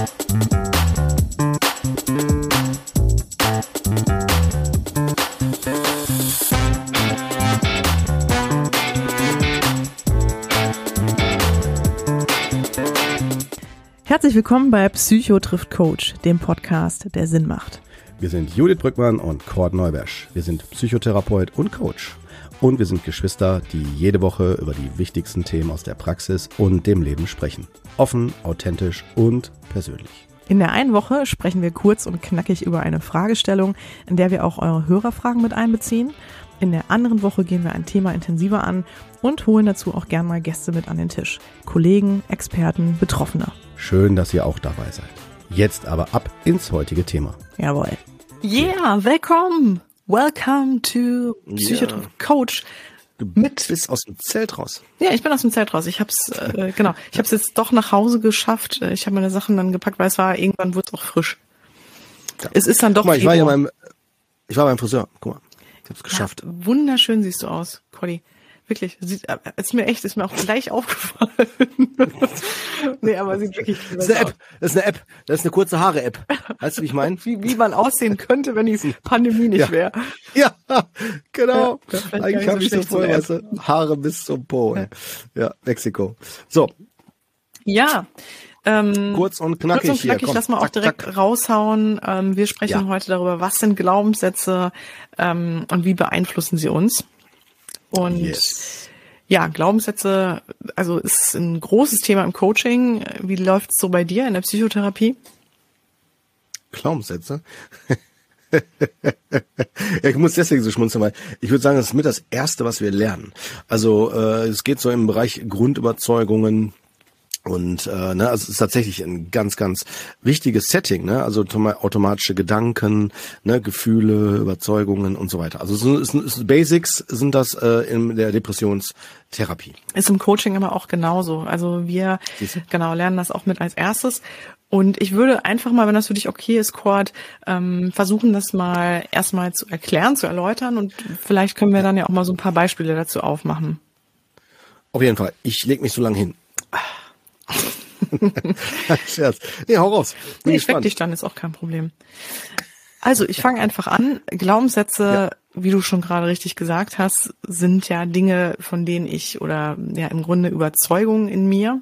Herzlich willkommen bei Psycho trifft Coach, dem Podcast, der Sinn macht. Wir sind Judith Brückmann und Cord Neubersch. Wir sind Psychotherapeut und Coach. Und wir sind Geschwister, die jede Woche über die wichtigsten Themen aus der Praxis und dem Leben sprechen. Offen, authentisch und persönlich. In der einen Woche sprechen wir kurz und knackig über eine Fragestellung, in der wir auch eure Hörerfragen mit einbeziehen. In der anderen Woche gehen wir ein Thema intensiver an und holen dazu auch gern mal Gäste mit an den Tisch. Kollegen, Experten, Betroffene. Schön, dass ihr auch dabei seid. Jetzt aber ab ins heutige Thema. Jawohl. Yeah, willkommen. Welcome to Psycho trifft Coach. Du bist aus dem Zelt raus. Ja, ich bin aus dem Zelt raus. Ich hab's jetzt doch nach Hause geschafft. Ich habe meine Sachen dann gepackt, weil irgendwann wurde es auch frisch. Ja. Es ist dann doch. Guck mal, ich war beim Friseur. Guck mal, ich hab's geschafft. Ja, wunderschön siehst du aus, Cody. Wirklich, ist mir auch gleich aufgefallen. Nee, aber sieht wirklich. Das ist eine App. Das ist eine kurze Haare-App. Weißt du, wie ich meine? Wie man aussehen könnte, wenn die Pandemie nicht wäre. Ja, genau. Ja, eigentlich habe ich so voll, weißt du, Haare bis zum Po. Ja, Mexiko. So. Ja. Kurz und knackig hier. Komm, lass mal auch direkt raushauen. Wir sprechen heute darüber, was sind Glaubenssätze und wie beeinflussen sie uns. Und ja, Glaubenssätze, also ist ein großes Thema im Coaching. Wie läuft's so bei dir in der Psychotherapie? Glaubenssätze? Ja, ich muss deswegen so schmunzeln, weil ich würde sagen, das ist mit das Erste, was wir lernen. Also es geht so im Bereich Grundüberzeugungen. Und also es ist tatsächlich ein ganz, ganz wichtiges Setting, ne? Also automatische Gedanken, ne, Gefühle, Überzeugungen und so weiter. Also Basics sind das in der Depressionstherapie. Ist im Coaching aber auch genauso. Also wir lernen das auch mit als erstes. Und ich würde einfach mal, wenn das für dich okay ist, Cord, versuchen, das mal erstmal zu erklären, zu erläutern. Und vielleicht können wir dann ja auch mal so ein paar Beispiele dazu aufmachen. Auf jeden Fall. Ich leg mich so lang hin. Scherz. Nee, hau raus. Ich weck dich dann, ist auch kein Problem. Also, ich fange einfach an. Glaubenssätze, wie du schon gerade richtig gesagt hast, sind ja Dinge, von denen im Grunde Überzeugungen in mir,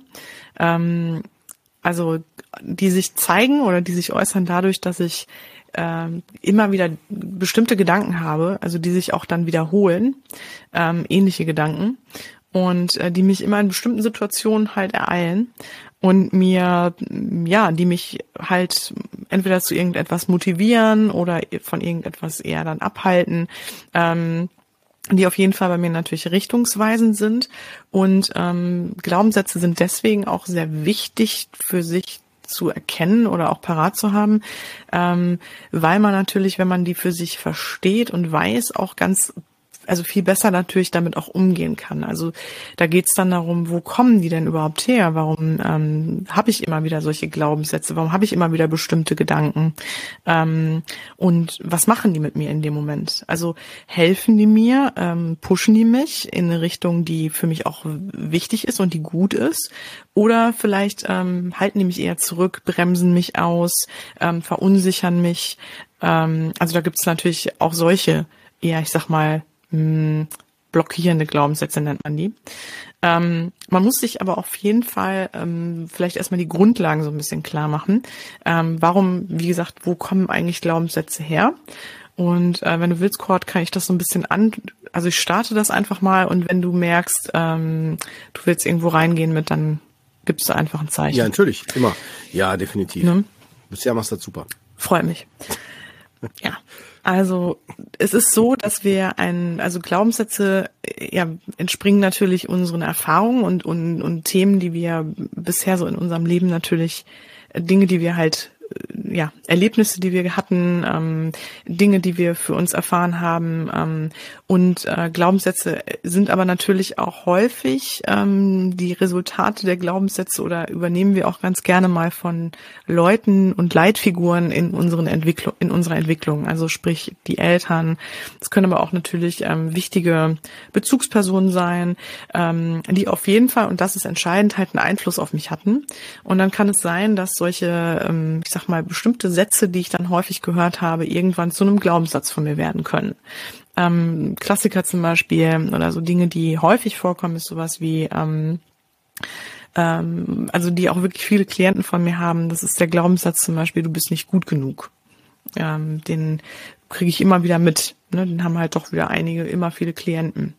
also die sich zeigen oder die sich äußern dadurch, dass ich immer wieder bestimmte Gedanken habe, also die sich auch dann wiederholen, ähnliche Gedanken. Und die mich immer in bestimmten Situationen halt ereilen und die mich halt entweder zu irgendetwas motivieren oder von irgendetwas eher dann abhalten, die auf jeden Fall bei mir natürlich richtungsweisend sind. Und Glaubenssätze sind deswegen auch sehr wichtig für sich zu erkennen oder auch parat zu haben, weil man natürlich, wenn man die für sich versteht und weiß, auch viel besser natürlich damit auch umgehen kann. Also da geht's dann darum, wo kommen die denn überhaupt her? Warum habe ich immer wieder solche Glaubenssätze? Warum habe ich immer wieder bestimmte Gedanken? Und was machen die mit mir in dem Moment? Also helfen die mir, pushen die mich in eine Richtung, die für mich auch wichtig ist und die gut ist? Oder vielleicht halten die mich eher zurück, bremsen mich aus, verunsichern mich? Also da gibt's natürlich auch solche, eher, ich sag mal, blockierende Glaubenssätze nennt man die. Man muss sich aber auf jeden Fall vielleicht erstmal die Grundlagen so ein bisschen klar machen. Warum, wie gesagt, wo kommen eigentlich Glaubenssätze her? Und wenn du willst, Cord, kann ich das so ein bisschen also ich starte das einfach mal und wenn du merkst, du willst irgendwo reingehen mit, dann gibst du einfach ein Zeichen. Ja, natürlich, immer. Ja, definitiv. Ne? Bisher machst du das super. Freut mich. Ja. Also es ist so, dass wir Glaubenssätze entspringen natürlich unseren Erfahrungen und Themen, die wir bisher so in unserem Leben natürlich, Dinge, die wir halt Erlebnisse, die wir hatten, Dinge, die wir für uns erfahren haben, und Glaubenssätze sind aber natürlich auch häufig die Resultate der Glaubenssätze oder übernehmen wir auch ganz gerne mal von Leuten und Leitfiguren in unserer Entwicklung. Also sprich die Eltern. Es können aber auch natürlich wichtige Bezugspersonen sein, die auf jeden Fall, und das ist entscheidend, halt einen Einfluss auf mich hatten. Und dann kann es sein, dass solche, ich sag mal, bestimmte Sätze, die ich dann häufig gehört habe, irgendwann zu einem Glaubenssatz von mir werden können. Klassiker zum Beispiel oder so Dinge, die häufig vorkommen, ist sowas wie, also die auch wirklich viele Klienten von mir haben, das ist der Glaubenssatz zum Beispiel, du bist nicht gut genug. Den kriege ich immer wieder mit. Ne? Den haben halt doch wieder immer viele Klienten.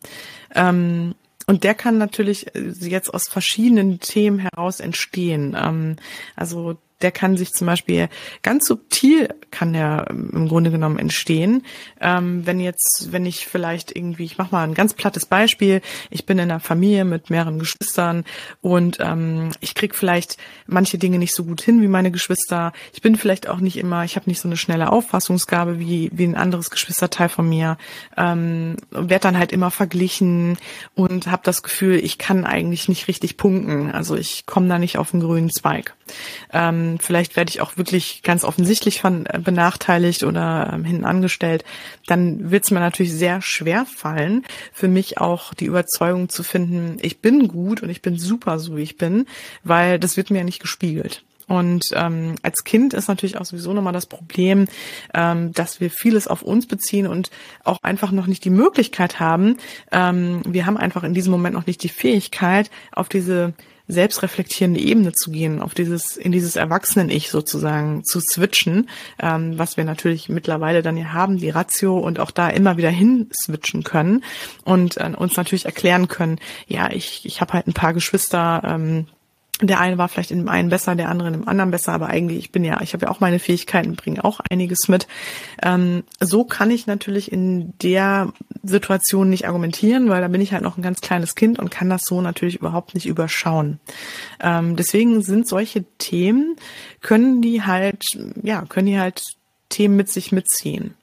Und der kann natürlich jetzt aus verschiedenen Themen heraus entstehen. Also der kann sich zum Beispiel ganz subtil, kann der im Grunde genommen entstehen. Wenn ich vielleicht irgendwie, ich mache mal ein ganz plattes Beispiel, ich bin in einer Familie mit mehreren Geschwistern und ich kriege vielleicht manche Dinge nicht so gut hin wie meine Geschwister. Ich bin vielleicht auch nicht immer, ich habe nicht so eine schnelle Auffassungsgabe wie ein anderes Geschwisterteil von mir. Werde dann halt immer verglichen und habe das Gefühl, ich kann eigentlich nicht richtig punkten. Also ich komme da nicht auf den grünen Zweig. Vielleicht werde ich auch wirklich ganz offensichtlich benachteiligt oder hinten angestellt, dann wird es mir natürlich sehr schwer fallen, für mich auch die Überzeugung zu finden, ich bin gut und ich bin super, so wie ich bin, weil das wird mir ja nicht gespiegelt. Und als Kind ist natürlich auch sowieso nochmal das Problem, dass wir vieles auf uns beziehen und auch einfach noch nicht die Möglichkeit haben. Wir haben einfach in diesem Moment noch nicht die Fähigkeit, auf diese selbstreflektierende Ebene zu gehen, in dieses Erwachsenen-Ich sozusagen zu switchen, was wir natürlich mittlerweile dann ja haben, die Ratio, und auch da immer wieder hin switchen können und uns natürlich erklären können, ja, ich habe halt ein paar Geschwister, der eine war vielleicht in dem einen besser, der andere in dem anderen besser, aber eigentlich ich habe ja auch meine Fähigkeiten, bringe auch einiges mit. So kann ich natürlich in der Situation nicht argumentieren, weil da bin ich halt noch ein ganz kleines Kind und kann das so natürlich überhaupt nicht überschauen. Deswegen sind solche Themen, können die halt Themen mit sich mitziehen.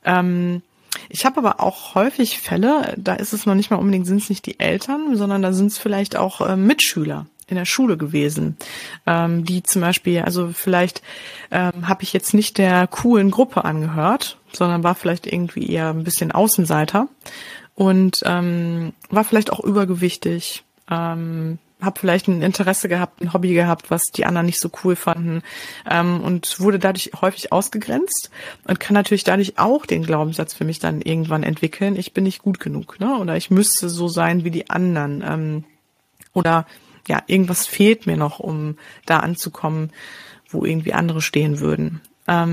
Ich habe aber auch häufig Fälle, da ist es noch nicht mal unbedingt, sind es nicht die Eltern, sondern da sind es vielleicht auch Mitschüler in der Schule gewesen, die zum Beispiel, also vielleicht habe ich jetzt nicht der coolen Gruppe angehört, sondern war vielleicht irgendwie eher ein bisschen Außenseiter und war vielleicht auch übergewichtig, habe vielleicht ein Interesse gehabt, ein Hobby gehabt, was die anderen nicht so cool fanden, und wurde dadurch häufig ausgegrenzt und kann natürlich dadurch auch den Glaubenssatz für mich dann irgendwann entwickeln, ich bin nicht gut genug, ne? Oder ich müsste so sein wie die anderen, oder ja, irgendwas fehlt mir noch, um da anzukommen, wo irgendwie andere stehen würden.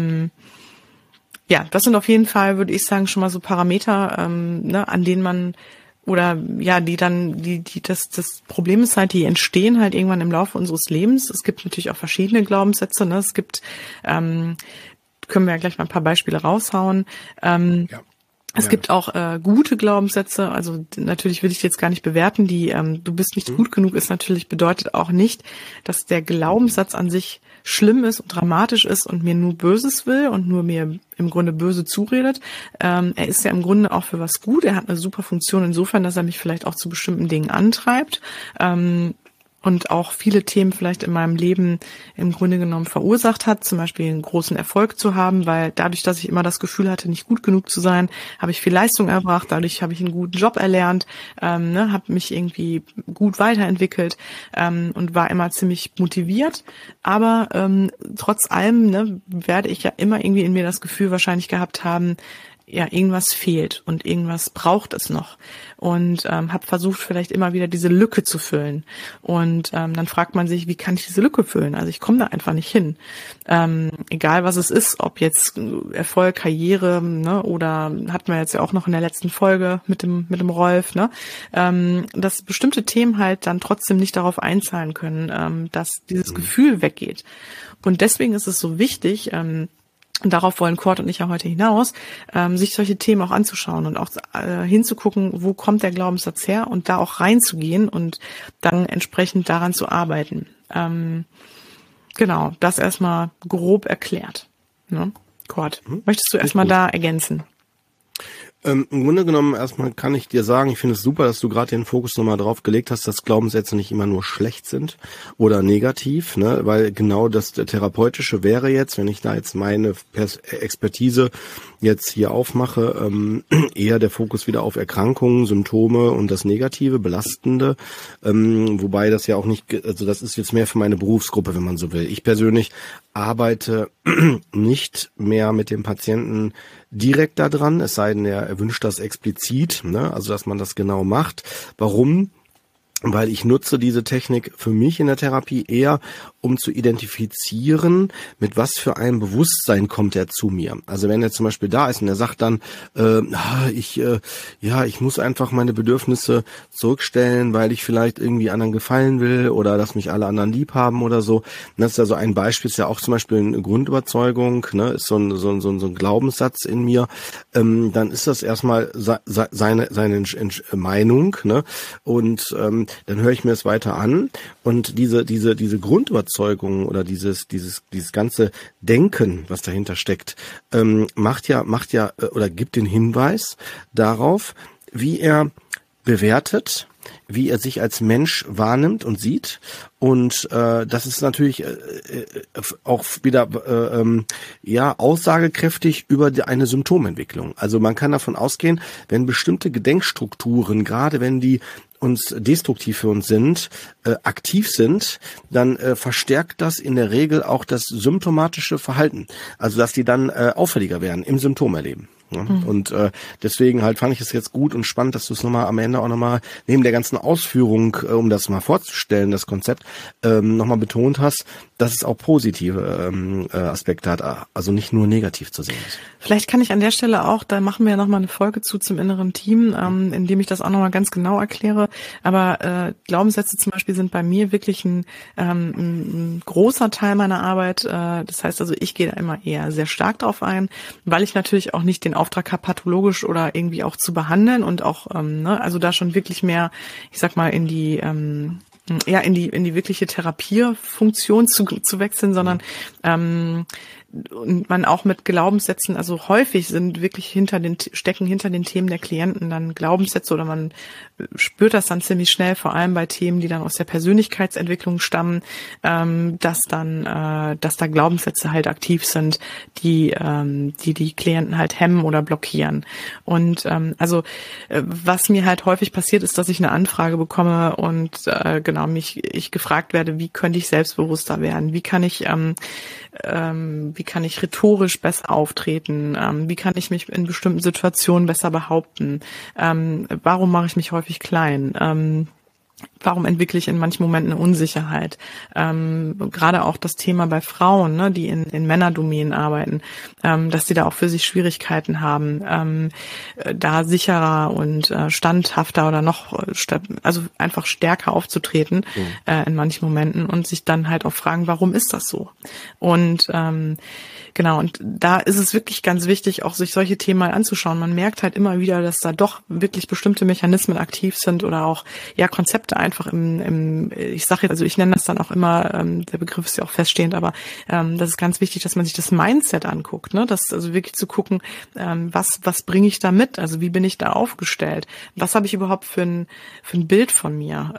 Ja, das sind auf jeden Fall, würde ich sagen, schon mal so Parameter, an denen man oder ja, das Problem ist halt, die entstehen halt irgendwann im Laufe unseres Lebens. Es gibt natürlich auch verschiedene Glaubenssätze, ne? Es gibt, können wir ja gleich mal ein paar Beispiele raushauen. Ja. Es gibt auch gute Glaubenssätze, also natürlich will ich die jetzt gar nicht bewerten, du bist nicht gut genug ist natürlich, bedeutet auch nicht, dass der Glaubenssatz an sich schlimm ist und dramatisch ist und mir nur Böses will und nur mir im Grunde böse zuredet. Er ist ja im Grunde auch für was gut, er hat eine super Funktion insofern, dass er mich vielleicht auch zu bestimmten Dingen antreibt. Und auch viele Themen vielleicht in meinem Leben im Grunde genommen verursacht hat, zum Beispiel einen großen Erfolg zu haben, weil dadurch, dass ich immer das Gefühl hatte, nicht gut genug zu sein, habe ich viel Leistung erbracht, dadurch habe ich einen guten Job erlernt, habe mich irgendwie gut weiterentwickelt und war immer ziemlich motiviert, aber trotz allem werde ich ja immer irgendwie in mir das Gefühl wahrscheinlich gehabt haben, ja, irgendwas fehlt und irgendwas braucht es noch und habe versucht, vielleicht immer wieder diese Lücke zu füllen und dann fragt man sich, wie kann ich diese Lücke füllen? Also ich komme da einfach nicht hin. Egal was es ist, ob jetzt Erfolg, Karriere, ne, oder hatten wir jetzt ja auch noch in der letzten Folge mit dem Rolf, ne, dass bestimmte Themen halt dann trotzdem nicht darauf einzahlen können, dass dieses Gefühl weggeht. Und deswegen ist es so wichtig, und darauf wollen Cord und ich ja heute hinaus, sich solche Themen auch anzuschauen und auch hinzugucken, wo kommt der Glaubenssatz her und da auch reinzugehen und dann entsprechend daran zu arbeiten. Genau, das erstmal grob erklärt. Ne? Gott, möchtest du erstmal da ergänzen? Im Grunde genommen erstmal kann ich dir sagen, ich finde es super, dass du gerade den Fokus nochmal drauf gelegt hast, dass Glaubenssätze nicht immer nur schlecht sind oder negativ, ne? Weil genau das Therapeutische wäre jetzt, wenn ich da jetzt meine Expertise jetzt hier aufmache, eher der Fokus wieder auf Erkrankungen, Symptome und das Negative, Belastende, wobei das ja auch nicht, also das ist jetzt mehr für meine Berufsgruppe, wenn man so will. Ich persönlich arbeite nicht mehr mit dem Patienten direkt da dran, es sei denn, er wünscht das explizit, ne? Also dass man das genau macht. Warum? Weil ich nutze diese Technik für mich in der Therapie eher, um zu identifizieren, mit was für einem Bewusstsein kommt er zu mir. Also wenn er zum Beispiel da ist und er sagt dann, ich muss einfach meine Bedürfnisse zurückstellen, weil ich vielleicht irgendwie anderen gefallen will oder dass mich alle anderen lieb haben oder so. Das ist also ein Beispiel, ist ja auch zum Beispiel eine Grundüberzeugung, ne, ist so ein Glaubenssatz in mir. Dann ist das erstmal seine Meinung, ne, und dann höre ich mir es weiter an und diese Grundüberzeugung oder dieses ganze Denken, was dahinter steckt, macht ja oder gibt den Hinweis darauf, wie er bewertet, wie er sich als Mensch wahrnimmt und sieht. Und das ist natürlich auch wieder aussagekräftig über eine Symptomentwicklung. Also man kann davon ausgehen, wenn bestimmte Gedenkstrukturen, gerade wenn die uns destruktiv für uns sind, aktiv sind, dann verstärkt das in der Regel auch das symptomatische Verhalten. Also dass die dann auffälliger werden im Symptomerleben. Ja, und deswegen halt fand ich es jetzt gut und spannend, dass du es nochmal am Ende auch nochmal neben der ganzen Ausführung, um das mal vorzustellen, das Konzept, nochmal betont hast, dass es auch positive Aspekte hat, also nicht nur negativ zu sehen ist. Vielleicht kann ich an der Stelle auch, da machen wir ja nochmal eine Folge zum inneren Team, in dem ich das auch nochmal ganz genau erkläre, aber Glaubenssätze zum Beispiel sind bei mir wirklich ein großer Teil meiner Arbeit, das heißt also, ich gehe da immer eher sehr stark drauf ein, weil ich natürlich auch nicht den Auftrag habe, pathologisch oder irgendwie auch zu behandeln und auch, also da schon wirklich mehr, ich sag mal, in die wirkliche Therapiefunktion zu wechseln, sondern und man auch mit Glaubenssätzen, also häufig sind wirklich stecken hinter den Themen der Klienten dann Glaubenssätze oder man spürt das dann ziemlich schnell, vor allem bei Themen, die dann aus der Persönlichkeitsentwicklung stammen, dass da Glaubenssätze halt aktiv sind, die Klienten halt hemmen oder blockieren. Und was mir halt häufig passiert, ist, dass ich eine Anfrage bekomme und ich gefragt werde, wie könnte ich selbstbewusster werden? Wie kann ich rhetorisch besser auftreten? Wie kann ich mich in bestimmten Situationen besser behaupten? Warum mache ich mich häufig klein? Warum entwickle ich in manchen Momenten eine Unsicherheit? Gerade auch das Thema bei Frauen, ne, die in Männerdomänen arbeiten, dass die da auch für sich Schwierigkeiten haben, da sicherer und standhafter oder also einfach stärker aufzutreten in manchen Momenten und sich dann halt auch fragen, warum ist das so? Und und da ist es wirklich ganz wichtig, auch sich solche Themen mal anzuschauen. Man merkt halt immer wieder, dass da doch wirklich bestimmte Mechanismen aktiv sind oder auch Konzepte einfach ich nenne das dann auch immer, der Begriff ist ja auch feststehend, aber das ist ganz wichtig, dass man sich das Mindset anguckt, ne? Das also wirklich zu gucken, was bringe ich da mit? Also wie bin ich da aufgestellt? Was habe ich überhaupt für ein Bild von mir?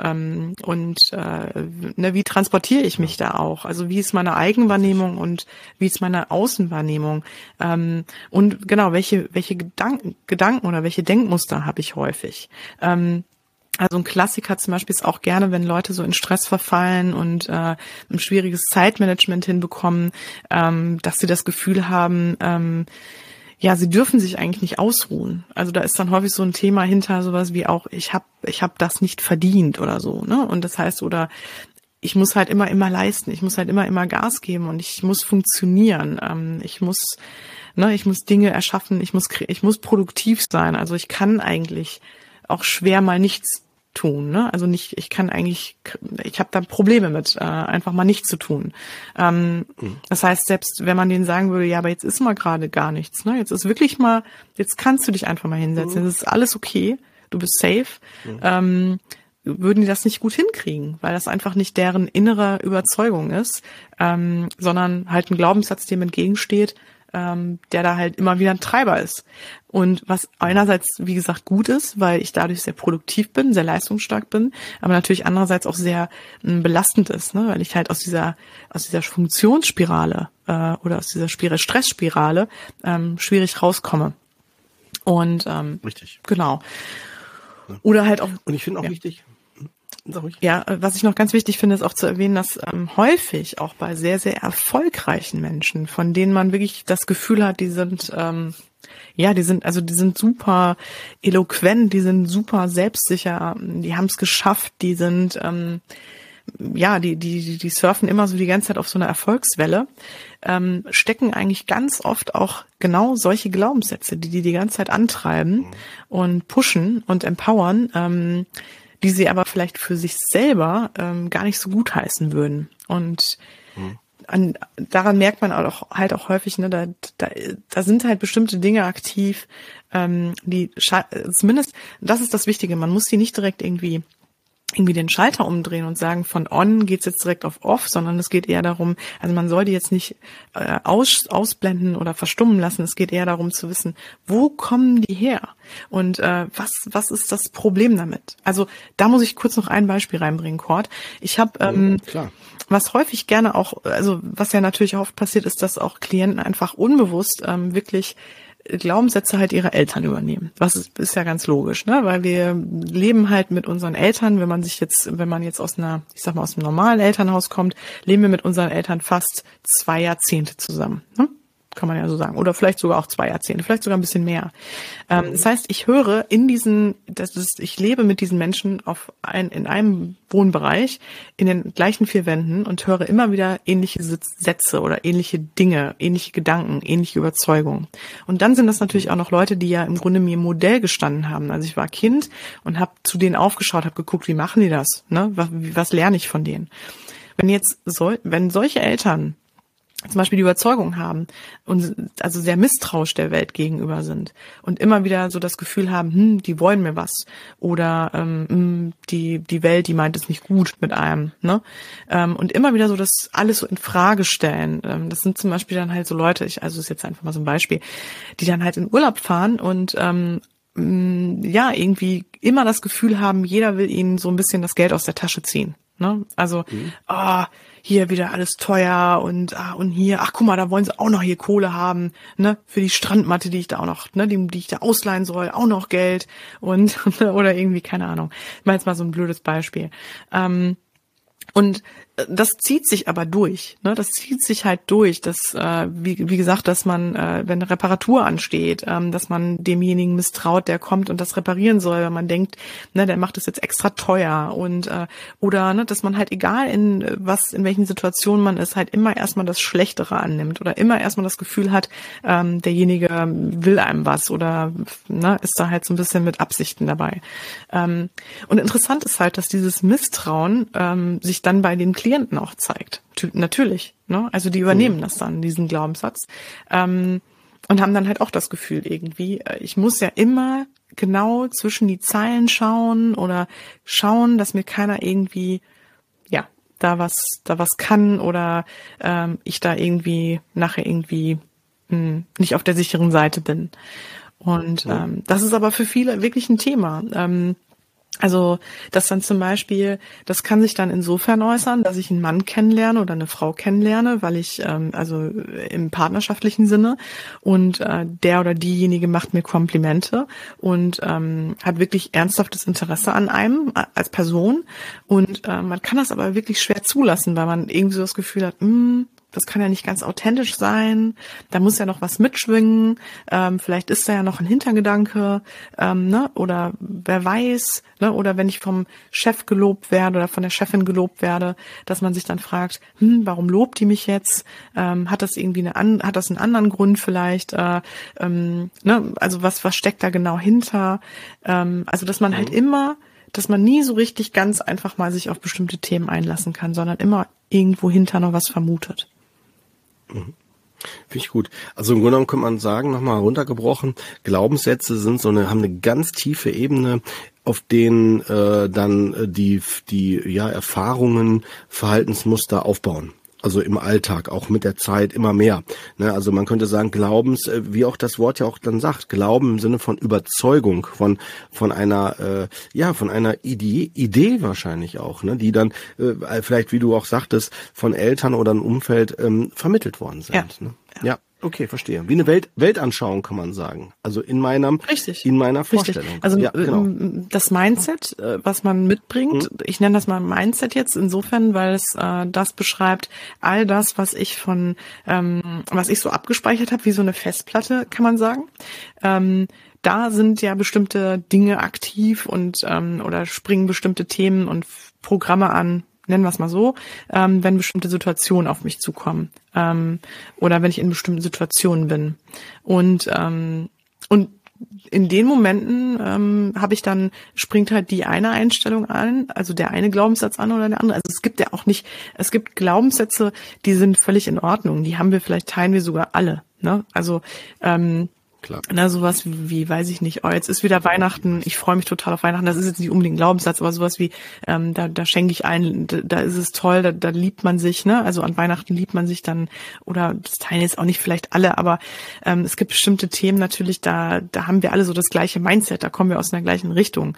Wie transportiere ich mich da auch? Also wie ist meine Eigenwahrnehmung und wie ist meine Außenwahrnehmung? Und genau, welche Gedanken oder welche Denkmuster habe ich häufig? Also ein Klassiker zum Beispiel ist auch gerne, wenn Leute so in Stress verfallen und ein schwieriges Zeitmanagement hinbekommen, dass sie das Gefühl haben, sie dürfen sich eigentlich nicht ausruhen. Also da ist dann häufig so ein Thema hinter, sowas wie auch, ich hab das nicht verdient oder so, ne? Und das heißt, oder ich muss halt immer leisten, ich muss halt immer Gas geben und ich muss funktionieren, ich muss Dinge erschaffen, ich muss produktiv sein. Also ich kann eigentlich auch schwer mal nichts tun, ne? Also ich habe da Probleme mit, einfach mal nichts zu tun. Das heißt, selbst wenn man denen sagen würde, ja, aber jetzt ist mal gerade gar nichts, ne? Jetzt kannst du dich einfach mal hinsetzen, es ist alles okay, du bist safe, würden die das nicht gut hinkriegen, weil das einfach nicht deren innere Überzeugung ist, sondern halt ein Glaubenssatz, dem entgegensteht, der da halt immer wieder ein Treiber ist. Und was einerseits, wie gesagt, gut ist, weil ich dadurch sehr produktiv bin, sehr leistungsstark bin, aber natürlich andererseits auch sehr belastend ist, ne? Weil ich halt aus dieser Funktionsspirale oder aus dieser Stressspirale schwierig rauskomme. Und Richtig. Genau. Oder halt auch. Und ich finde auch wichtig. Sag ruhig. Ja, was ich noch ganz wichtig finde, ist auch zu erwähnen, dass häufig auch bei sehr, sehr erfolgreichen Menschen, von denen man wirklich das Gefühl hat, die sind die sind super eloquent, die sind super selbstsicher, die haben es geschafft, die sind die surfen immer so die ganze Zeit auf so einer Erfolgswelle, stecken eigentlich ganz oft auch genau solche Glaubenssätze, die ganze Zeit antreiben und pushen und empowern, die sie aber vielleicht für sich selber gar nicht so gut heißen würden. Und daran merkt man auch häufig, ne, da sind halt bestimmte Dinge aktiv, die zumindest, das ist das Wichtige, man muss die nicht direkt irgendwie den Schalter umdrehen und sagen, von on geht's jetzt direkt auf off, sondern es geht eher darum, also man soll die jetzt nicht ausblenden oder verstummen lassen, es geht eher darum zu wissen, wo kommen die her und was ist das Problem damit? Also da muss ich kurz noch ein Beispiel reinbringen, Cord. Ich habe was häufig gerne auch, also was ja natürlich oft passiert, ist, dass auch Klienten einfach unbewusst wirklich Glaubenssätze halt ihre Eltern übernehmen. Was ist ja ganz logisch, ne? Weil wir leben halt mit unseren Eltern, wenn man jetzt aus einem normalen Elternhaus kommt, leben wir mit unseren Eltern fast 2 Jahrzehnte zusammen, ne? Kann man ja so sagen. Oder vielleicht sogar auch 2 Jahrzehnte, vielleicht sogar ein bisschen mehr. Das heißt, ich höre ich lebe mit diesen Menschen in einem Wohnbereich, in den gleichen 4 Wänden und höre immer wieder ähnliche Sätze oder ähnliche Dinge, ähnliche Gedanken, ähnliche Überzeugungen. Und dann sind das natürlich auch noch Leute, die ja im Grunde mir Modell gestanden haben. Also ich war Kind und habe zu denen aufgeschaut, habe geguckt, wie machen die das? Ne? Was lerne ich von denen? Wenn solche Eltern zum Beispiel die Überzeugung haben und also sehr misstrauisch der Welt gegenüber sind und immer wieder so das Gefühl haben, die wollen mir was oder die Welt, die meint es nicht gut mit einem, ne? Und immer wieder so das alles so in Frage stellen. Das sind zum Beispiel dann halt so Leute, also ist jetzt einfach mal so ein Beispiel, die dann halt in Urlaub fahren und irgendwie immer das Gefühl haben, jeder will ihnen so ein bisschen das Geld aus der Tasche ziehen. Ne? Also, hier wieder alles teuer und hier, ach guck mal, da wollen sie auch noch hier Kohle haben, ne, für die Strandmatte, die ich da auch noch, ne, die ich da ausleihen soll, auch noch Geld und oder irgendwie, keine Ahnung. Ich mache jetzt mal so ein blödes Beispiel. Und das zieht sich aber durch, ne? Das zieht sich halt durch, dass, wie gesagt, dass man, wenn eine Reparatur ansteht, dass man demjenigen misstraut, der kommt und das reparieren soll, wenn man denkt, ne, der macht das jetzt extra teuer und oder ne, dass man halt egal in welchen Situationen man ist, halt immer erstmal das Schlechtere annimmt oder immer erstmal das Gefühl hat, derjenige will einem was oder ne, ist da halt so ein bisschen mit Absichten dabei. Und interessant ist halt, dass dieses Misstrauen sich dann bei den Klienten auch zeigt. Natürlich, ne? Also die übernehmen das dann, diesen Glaubenssatz, und haben dann halt auch das Gefühl irgendwie, ich muss ja immer genau zwischen die Zeilen schauen oder schauen, dass mir keiner irgendwie, da was kann oder ich da irgendwie nachher irgendwie nicht auf der sicheren Seite bin. Und das ist aber für viele wirklich ein Thema. Also, das dann zum Beispiel, das kann sich dann insofern äußern, dass ich einen Mann kennenlerne oder eine Frau kennenlerne, weil ich, also im partnerschaftlichen Sinne und der oder diejenige macht mir Komplimente und hat wirklich ernsthaftes Interesse an einem als Person und man kann das aber wirklich schwer zulassen, weil man irgendwie so das Gefühl hat, das kann ja nicht ganz authentisch sein, da muss ja noch was mitschwingen, vielleicht ist da ja noch ein Hintergedanke, ne? Oder wer weiß, ne? Oder wenn ich vom Chef gelobt werde oder von der Chefin gelobt werde, dass man sich dann fragt, warum lobt die mich jetzt? Hat das irgendwie hat das einen anderen Grund vielleicht? Ne? Also was steckt da genau hinter? Also dass man halt dass man nie so richtig ganz einfach mal sich auf bestimmte Themen einlassen kann, sondern immer irgendwo hinter noch was vermutet. Finde ich gut. Also im Grunde genommen kann man sagen, nochmal runtergebrochen, Glaubenssätze haben eine ganz tiefe Ebene, auf denen dann die Erfahrungen, Verhaltensmuster aufbauen. Also im Alltag, auch mit der Zeit immer mehr. Ne, also man könnte sagen, wie auch das Wort ja auch dann sagt, Glauben im Sinne von Überzeugung, von einer Idee wahrscheinlich auch, ne, die dann vielleicht, wie du auch sagtest, von Eltern oder einem Umfeld vermittelt worden sind. Ja. Ne? Ja. Okay, verstehe. Wie eine Weltanschauung kann man sagen. Also in meiner Vorstellung. Also ja, genau. Das Mindset, was man mitbringt, ich nenne das mal Mindset jetzt insofern, weil es das beschreibt, all das, was ich was ich so abgespeichert habe, wie so eine Festplatte, kann man sagen. Da sind ja bestimmte Dinge aktiv und oder springen bestimmte Themen und Programme an, nennen wir es mal so, wenn bestimmte Situationen auf mich zukommen oder wenn ich in bestimmten Situationen bin. Und in den Momenten springt halt die eine Einstellung an, also der eine Glaubenssatz an oder der andere. Also es gibt Glaubenssätze, die sind völlig in Ordnung. Die haben wir vielleicht, teilen wir sogar alle. Ne? Also Klar. Sowas wie, weiß ich nicht, jetzt ist wieder Weihnachten, ich freue mich total auf Weihnachten, das ist jetzt nicht unbedingt ein Glaubenssatz, aber sowas wie, da schenke ich ein, da ist es toll, da liebt man sich, ne? Also an Weihnachten liebt man sich dann, oder das teilen jetzt auch nicht vielleicht alle, aber es gibt bestimmte Themen natürlich, da haben wir alle so das gleiche Mindset, da kommen wir aus einer gleichen Richtung.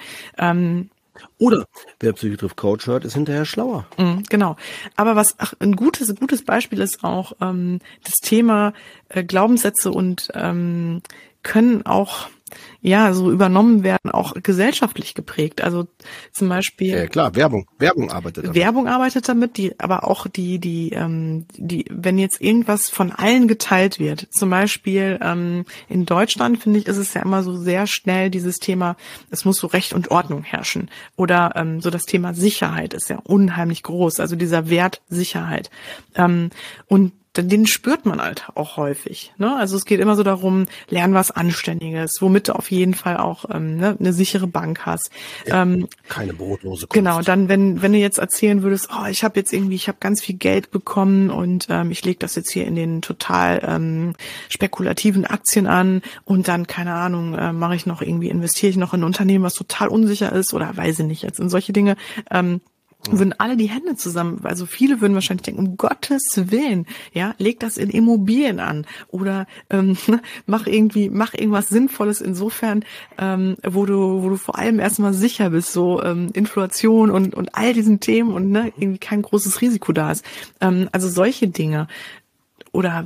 Oder wer Psychotroph Coach hört, ist hinterher schlauer. Genau. Aber ein gutes Beispiel ist auch das Thema Glaubenssätze und können auch so übernommen werden, auch gesellschaftlich geprägt. Also zum Beispiel. Ja, klar, Werbung arbeitet damit. Werbung arbeitet damit, aber auch die, wenn jetzt irgendwas von allen geteilt wird, zum Beispiel in Deutschland, finde ich, ist es ja immer so sehr schnell dieses Thema, es muss so Recht und Ordnung herrschen. Oder so das Thema Sicherheit ist ja unheimlich groß, also dieser Wert Sicherheit. Und den spürt man halt auch häufig. Ne? Also es geht immer so darum, lern was Anständiges, womit du auf jeden Fall auch eine sichere Bank hast. Keine brotlose Kunst. Genau, dann wenn du jetzt erzählen würdest, ich habe ganz viel Geld bekommen und ich lege das jetzt hier in den total spekulativen Aktien an und dann, keine Ahnung, investiere ich noch in ein Unternehmen, was total unsicher ist oder weiß ich nicht, jetzt in solche Dinge, würden alle die Hände zusammen, also viele würden wahrscheinlich denken, um Gottes Willen, ja, leg das in Immobilien an oder mach irgendwas Sinnvolles insofern, wo du vor allem erstmal sicher bist, so Inflation und all diesen Themen und irgendwie kein großes Risiko da ist. Also solche Dinge. Oder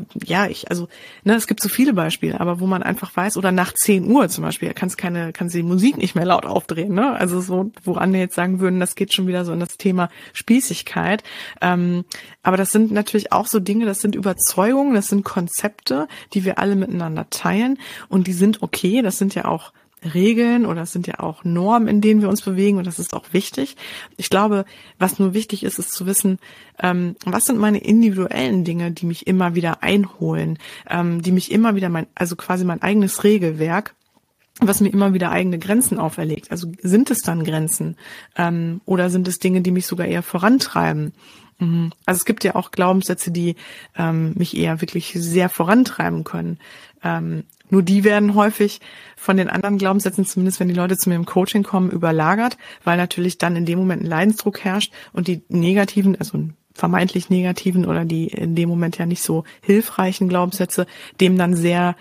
es gibt so viele Beispiele, aber wo man einfach weiß, oder nach 10 Uhr zum Beispiel, kannst die Musik nicht mehr laut aufdrehen, ne? Also so, wo andere jetzt sagen würden, das geht schon wieder so in das Thema Spießigkeit. Aber das sind natürlich auch so Dinge, das sind Überzeugungen, das sind Konzepte, die wir alle miteinander teilen und die sind okay, das sind ja auch Regeln oder es sind ja auch Normen, in denen wir uns bewegen und das ist auch wichtig. Ich glaube, was nur wichtig ist, ist zu wissen, was sind meine individuellen Dinge, die mich immer wieder einholen, die mich immer wieder mein eigenes Regelwerk, was mir immer wieder eigene Grenzen auferlegt. Also sind es dann Grenzen oder sind es Dinge, die mich sogar eher vorantreiben? Also es gibt ja auch Glaubenssätze, die mich eher wirklich sehr vorantreiben können. Nur die werden häufig von den anderen Glaubenssätzen, zumindest wenn die Leute zu mir im Coaching kommen, überlagert, weil natürlich dann in dem Moment ein Leidensdruck herrscht und die negativen, also vermeintlich negativen oder die in dem Moment ja nicht so hilfreichen Glaubenssätze, dem dann sehr,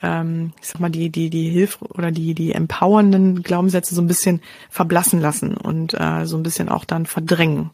die Hilf- oder die empowernden Glaubenssätze so ein bisschen verblassen lassen und so ein bisschen auch dann verdrängen.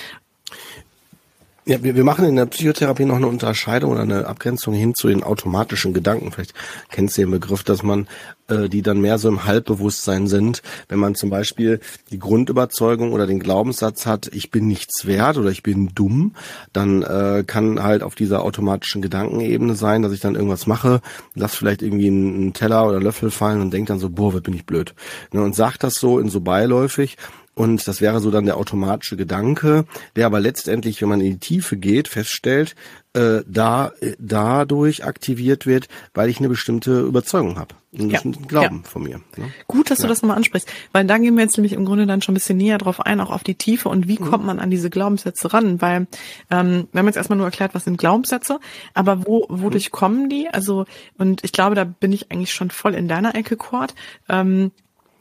Ja, wir machen in der Psychotherapie noch eine Unterscheidung oder eine Abgrenzung hin zu den automatischen Gedanken. Vielleicht kennst du den Begriff, dass man die dann mehr so im Halbbewusstsein sind. Wenn man zum Beispiel die Grundüberzeugung oder den Glaubenssatz hat, ich bin nichts wert oder ich bin dumm, dann kann halt auf dieser automatischen Gedankenebene sein, dass ich dann irgendwas mache, lass vielleicht irgendwie einen Teller oder Löffel fallen und denk dann so, was bin ich blöd. Ne, und sagt das so beiläufig. Und das wäre so dann der automatische Gedanke, der aber letztendlich, wenn man in die Tiefe geht, feststellt, dadurch aktiviert wird, weil ich eine bestimmte Überzeugung habe, einen bestimmten Glauben von mir. Ne? Gut, dass du das nochmal ansprichst, weil da gehen wir jetzt nämlich im Grunde dann schon ein bisschen näher drauf ein, auch auf die Tiefe und wie kommt man an diese Glaubenssätze ran, weil wir haben jetzt erstmal nur erklärt, was sind Glaubenssätze, aber wodurch kommen die? Also, und ich glaube, da bin ich eigentlich schon voll in deiner Ecke, Cord.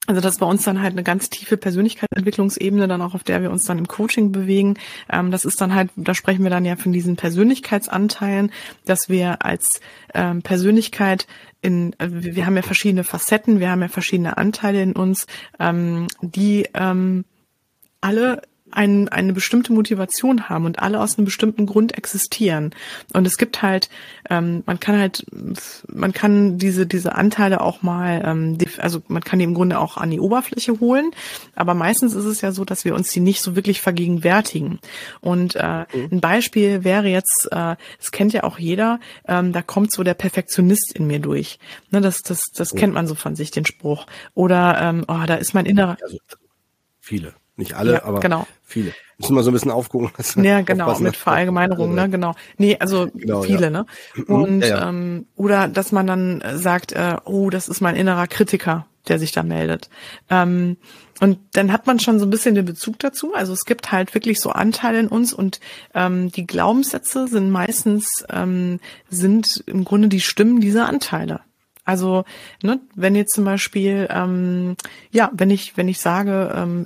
Also das ist bei uns dann halt eine ganz tiefe Persönlichkeitsentwicklungsebene, dann auch auf der wir uns dann im Coaching bewegen. Das ist dann halt, da sprechen wir dann ja von diesen Persönlichkeitsanteilen, dass wir als Persönlichkeit wir haben ja verschiedene Facetten, wir haben ja verschiedene Anteile in uns, die alle eine bestimmte Motivation haben und alle aus einem bestimmten Grund existieren. Und es gibt halt, man kann diese Anteile auch mal, also man kann die im Grunde auch an die Oberfläche holen, aber meistens ist es ja so, dass wir uns die nicht so wirklich vergegenwärtigen. Und ein Beispiel wäre jetzt, das kennt ja auch jeder, da kommt so der Perfektionist in mir durch. Ne, das kennt man so von sich, den Spruch. Oder da ist mein innerer... Also, viele. Nicht alle, ja, aber genau. Viele. Müssen wir so ein bisschen aufgucken. Ja, genau, mit Verallgemeinerung, ne, genau. Nee, also genau, viele, ja. Ne? Und oder dass man dann sagt, oh, das ist mein innerer Kritiker, der sich da meldet. Und dann hat man schon so ein bisschen den Bezug dazu. Also es gibt halt wirklich so Anteile in uns und die Glaubenssätze sind meistens sind im Grunde die Stimmen dieser Anteile. Also, ne, wenn jetzt zum Beispiel, wenn ich sage,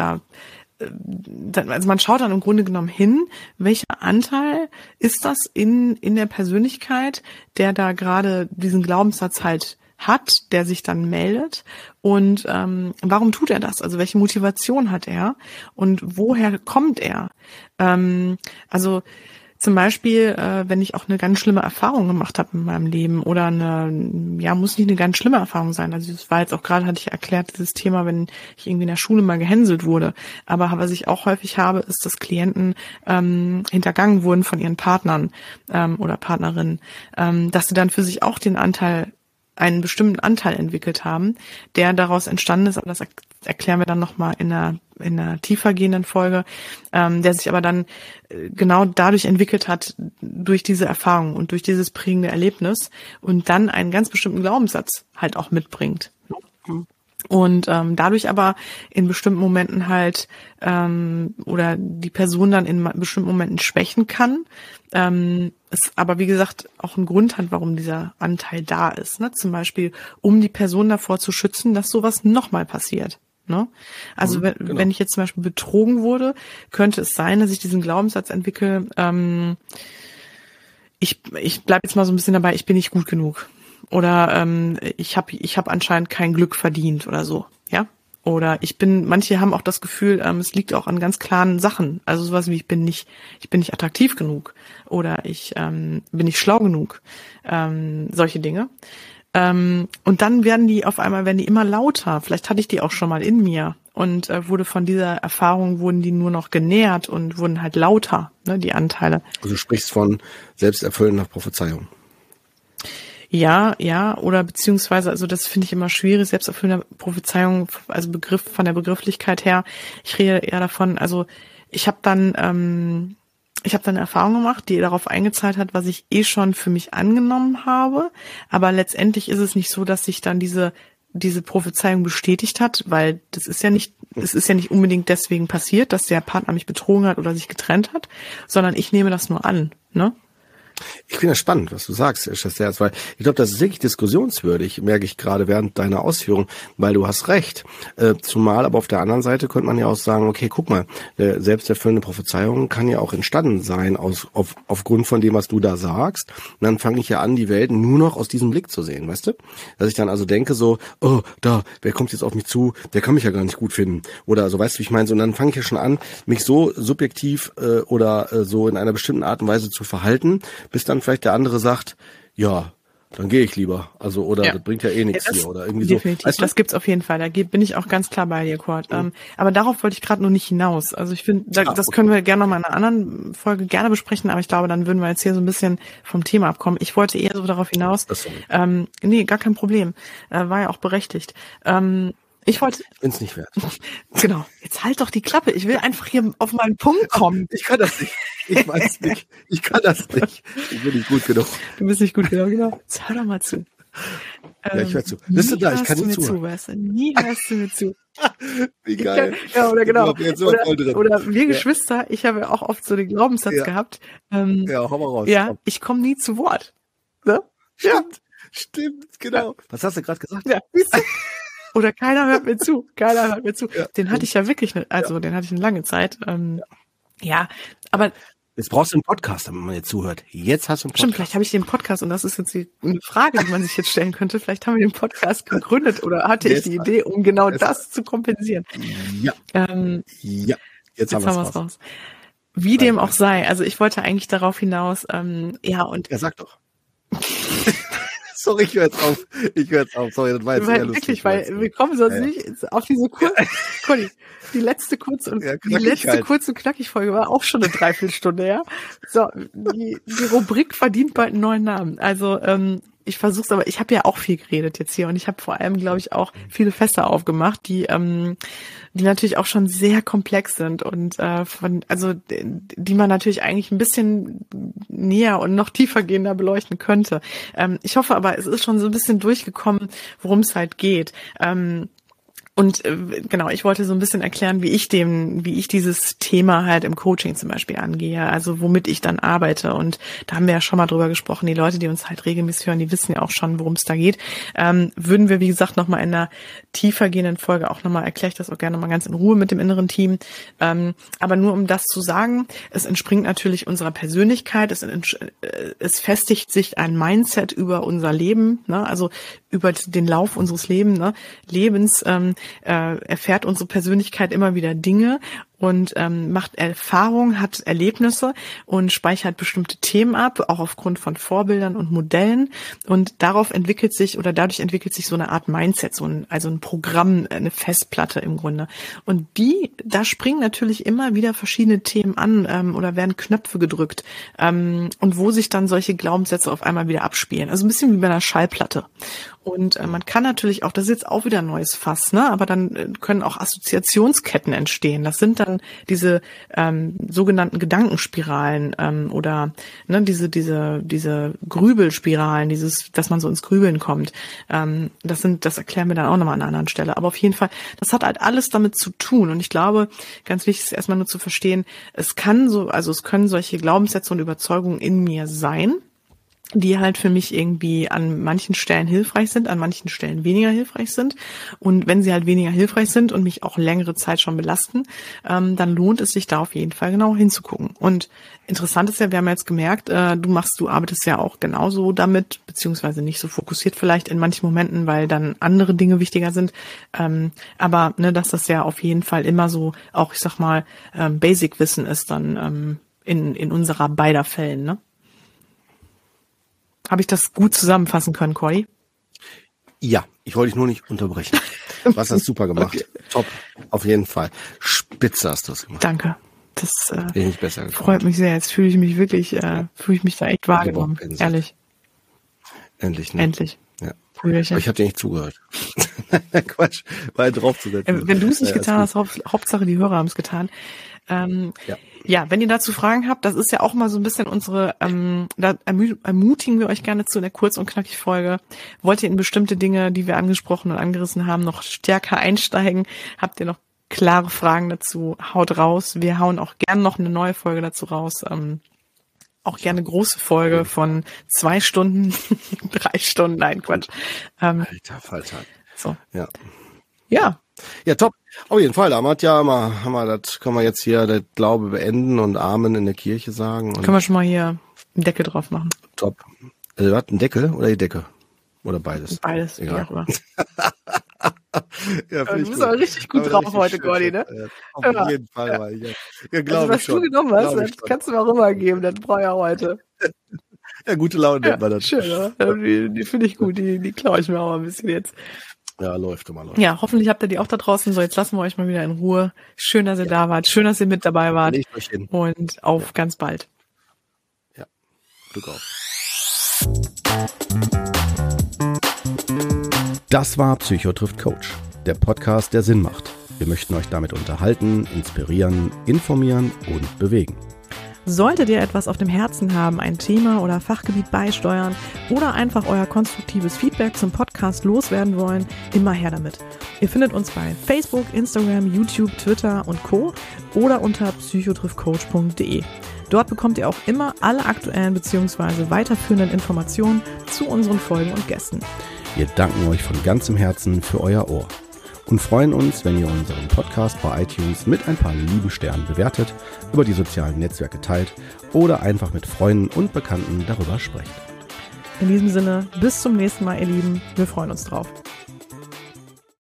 also man schaut dann im Grunde genommen hin, welcher Anteil ist das in der Persönlichkeit, der da gerade diesen Glaubenssatz halt hat, der sich dann meldet und warum tut er das? Also welche Motivation hat er und woher kommt er? Also zum Beispiel, wenn ich auch eine ganz schlimme Erfahrung gemacht habe in meinem Leben oder muss nicht eine ganz schlimme Erfahrung sein. Also es war jetzt auch gerade, hatte ich erklärt, dieses Thema, wenn ich irgendwie in der Schule mal gehänselt wurde. Aber was ich auch häufig habe, ist, dass Klienten hintergangen wurden von ihren Partnern oder Partnerinnen, dass sie dann für sich auch einen bestimmten Anteil entwickelt haben, der daraus entstanden ist, aber das erklären wir dann nochmal in einer tiefer gehenden Folge, der sich aber dann genau dadurch entwickelt hat, durch diese Erfahrung und durch dieses prägende Erlebnis und dann einen ganz bestimmten Glaubenssatz halt auch mitbringt. Und dadurch aber in bestimmten Momenten halt oder die Person dann in bestimmten Momenten schwächen kann, es aber wie gesagt auch einen Grund hat, warum dieser Anteil da ist. Ne? Zum Beispiel, um die Person davor zu schützen, dass sowas nochmal passiert. Ne? Also wenn ich jetzt zum Beispiel betrogen wurde, könnte es sein, dass ich diesen Glaubenssatz entwickle, ich bleib jetzt mal so ein bisschen dabei, ich bin nicht gut genug. Oder ich hab anscheinend kein Glück verdient oder so, ja. Oder manche haben auch das Gefühl, es liegt auch an ganz klaren Sachen. Also sowas wie ich bin nicht attraktiv genug oder ich bin nicht schlau genug. Solche Dinge. Und dann werden die immer lauter. Vielleicht hatte ich die auch schon mal in mir und wurden die nur noch genährt und wurden halt lauter, ne, die Anteile. Also du sprichst von selbsterfüllender Prophezeiung. Ja, oder beziehungsweise, also das finde ich immer schwierig, selbsterfüllende Prophezeiung, also von der Begrifflichkeit her. Ich rede eher davon, also ich habe dann eine Erfahrung gemacht, die darauf eingezahlt hat, was ich schon für mich angenommen habe, aber letztendlich ist es nicht so, dass sich dann diese Prophezeiung bestätigt hat, weil es ist ja nicht unbedingt deswegen passiert, dass der Partner mich betrogen hat oder sich getrennt hat, sondern ich nehme das nur an, ne? Ich finde das spannend, was du sagst, Herr Schästerz, weil ich glaube, das ist wirklich diskussionswürdig, merke ich gerade während deiner Ausführung, weil du hast recht. Zumal aber auf der anderen Seite könnte man ja auch sagen, okay, guck mal, selbsterfüllende Prophezeiung kann ja auch entstanden sein aufgrund von dem, was du da sagst. Und dann fange ich ja an, die Welt nur noch aus diesem Blick zu sehen, weißt du? Dass ich dann also denke so, oh, wer kommt jetzt auf mich zu, der kann mich ja gar nicht gut finden. Oder so, weißt du, wie ich meine? So, und dann fange ich ja schon an, mich so subjektiv oder so in einer bestimmten Art und Weise zu verhalten, bis dann vielleicht der andere sagt, ja, dann gehe ich lieber. Also, oder das bringt ja eh nichts hier. Oder irgendwie definitiv. So. Weißt du? Das gibt's auf jeden Fall. Da bin ich auch ganz klar bei dir, Kurt. Aber darauf wollte ich gerade noch nicht hinaus. Also ich finde, das können wir gerne noch mal in einer anderen Folge gerne besprechen, aber ich glaube, dann würden wir jetzt hier so ein bisschen vom Thema abkommen. Ich wollte eher so darauf hinaus. Nee, gar kein Problem. War ja auch berechtigt. Ich bin's nicht wert. Genau. Jetzt halt doch die Klappe. Ich will einfach hier auf meinen Punkt kommen. Ich kann das nicht. Ich weiß nicht. Ich kann das nicht. Ich bin nicht gut genug. Du bist nicht gut genug, genau. Jetzt hör doch mal zu. Ja, ich höre zu. Bist du da? Ich kann nicht zuhören. Nie hörst du mir zu. Wie geil. Ja, oder genau. Oder wir Geschwister, ich habe ja auch oft so den Glaubenssatz gehabt. Hau mal raus. Ja, ich komme nie zu Wort. Ne? Stimmt, genau. Was hast du gerade gesagt? Ja, siehst du? Oder keiner hört mir zu. Ja. Den hatte ich ja wirklich, den hatte ich eine lange Zeit. Ja, aber jetzt brauchst du einen Podcast, damit man dir zuhört. Jetzt hast du einen Podcast. Stimmt, vielleicht habe ich den Podcast, und das ist jetzt eine Frage, die man sich jetzt stellen könnte. Vielleicht haben wir den Podcast gegründet oder hatte ich die Idee, um genau das zu kompensieren. Ja. Jetzt haben wir es raus. Wie dem auch sei. Also ich wollte eigentlich darauf hinaus, Ja, sag doch. Sorry, ich höre jetzt auf. Sorry, das war jetzt sehr lustig. Wirklich, weil wir kommen sonst nicht auf diese Conny, die letzte kurze und knackig Folge war auch schon eine Dreiviertelstunde, ja. So, die Rubrik verdient bald einen neuen Namen. Also, ich versuch's, aber ich habe ja auch viel geredet jetzt hier und ich habe vor allem, glaube ich, auch viele Fässer aufgemacht, die natürlich auch schon sehr komplex sind und die man natürlich eigentlich ein bisschen näher und noch tiefergehender beleuchten könnte. Ich hoffe aber, es ist schon so ein bisschen durchgekommen, worum es halt geht. Genau, ich wollte so ein bisschen erklären, wie ich dieses Thema halt im Coaching zum Beispiel angehe, also womit ich dann arbeite. Und da haben wir ja schon mal drüber gesprochen. Die Leute, die uns halt regelmäßig hören, die wissen ja auch schon, worum es da geht. Würden wir, wie gesagt, nochmal in einer tiefer gehenden Folge auch nochmal, erkläre ich das auch gerne nochmal ganz in Ruhe mit dem inneren Team. Aber nur um das zu sagen, es entspringt natürlich unserer Persönlichkeit, es festigt sich ein Mindset über unser Leben, ne? Also über den Lauf unseres Lebens erfährt unsere Persönlichkeit immer wieder Dinge und macht Erfahrungen, hat Erlebnisse und speichert bestimmte Themen ab, auch aufgrund von Vorbildern und Modellen. Und dadurch entwickelt sich so eine Art Mindset, also ein Programm, eine Festplatte im Grunde. Und da springen natürlich immer wieder verschiedene Themen an oder werden Knöpfe gedrückt und wo sich dann solche Glaubenssätze auf einmal wieder abspielen. Also ein bisschen wie bei einer Schallplatte. Und man kann natürlich auch, das ist jetzt auch wieder ein neues Fass, ne? Aber dann können auch Assoziationsketten entstehen. Das sind dann diese sogenannten Gedankenspiralen oder ne, diese Grübelspiralen, dass man so ins Grübeln kommt. Das erklären wir dann auch nochmal an einer anderen Stelle. Aber auf jeden Fall, das hat halt alles damit zu tun. Und ich glaube, ganz wichtig ist erstmal nur zu verstehen, es können solche Glaubenssätze und Überzeugungen in mir sein, die halt für mich irgendwie an manchen Stellen hilfreich sind, an manchen Stellen weniger hilfreich sind. Und wenn sie halt weniger hilfreich sind und mich auch längere Zeit schon belasten, dann lohnt es sich da auf jeden Fall genau hinzugucken. Und interessant ist ja, wir haben jetzt gemerkt, du arbeitest ja auch genauso damit, beziehungsweise nicht so fokussiert vielleicht in manchen Momenten, weil dann andere Dinge wichtiger sind. Aber ne, dass das ja auf jeden Fall immer so auch, ich sag mal, Basic-Wissen ist dann in unserer beider Fällen, ne? Habe ich das gut zusammenfassen können, Corey? Ja, ich wollte dich nur nicht unterbrechen. Du hast das super gemacht. Okay. Top, auf jeden Fall. Spitze hast du das gemacht. Danke. Das nicht besser freut mich sehr. Jetzt fühle ich mich wirklich, da echt wahrgenommen. Ehrlich. Endlich, ne? Endlich. Ja. Aber ich habe dir nicht zugehört. Quatsch, mal draufzusetzen. Wenn du es nicht getan hast, Hauptsache die Hörer haben es getan. Ja, wenn ihr dazu Fragen habt, das ist ja auch mal so ein bisschen unsere, da ermutigen wir euch gerne zu einer kurz- und knackig Folge. Wollt ihr in bestimmte Dinge, die wir angesprochen und angerissen haben, noch stärker einsteigen? Habt ihr noch klare Fragen dazu? Haut raus. Wir hauen auch gerne noch eine neue Folge dazu raus. Auch gerne große Folge von 2 Stunden, 3 Stunden, nein, Quatsch. Alter Falter. So. Ja. Ja, top. Auf jeden Fall, haben wir das können wir jetzt hier das Glaube beenden und Amen in der Kirche sagen. Und können wir schon mal hier einen Deckel drauf machen. Top. Was, ein Deckel oder die Decke? Oder beides? Beides, egal. Ja, du bist aber richtig gut drauf heute, Gordy, ne? Auf jeden Fall. Weil also, was du genommen hast, das kannst du mal rübergeben, das brauche ich ja heute. Ja, gute Laune nennt man das. Schön, oder? Die finde ich gut, die klaue ich mir auch mal ein bisschen jetzt. Ja, läuft immer. Ja, hoffentlich habt ihr die auch da draußen. So, jetzt lassen wir euch mal wieder in Ruhe. Schön, dass ihr da wart. Schön, dass ihr mit dabei wart. Legt euch hin. Und auf ganz bald. Ja, Glück auf. Das war Psycho trifft Coach, der Podcast, der Sinn macht. Wir möchten euch damit unterhalten, inspirieren, informieren und bewegen. Solltet ihr etwas auf dem Herzen haben, ein Thema oder Fachgebiet beisteuern oder einfach euer konstruktives Feedback zum Podcast loswerden wollen, immer her damit. Ihr findet uns bei Facebook, Instagram, YouTube, Twitter und Co. oder unter psychotriffcoach.de. Dort bekommt ihr auch immer alle aktuellen bzw. weiterführenden Informationen zu unseren Folgen und Gästen. Wir danken euch von ganzem Herzen für euer Ohr. und freuen uns, wenn ihr unseren Podcast bei iTunes mit ein paar lieben Sternen bewertet, über die sozialen Netzwerke teilt oder einfach mit Freunden und Bekannten darüber sprecht. In diesem Sinne, bis zum nächsten Mal, ihr Lieben. Wir freuen uns drauf.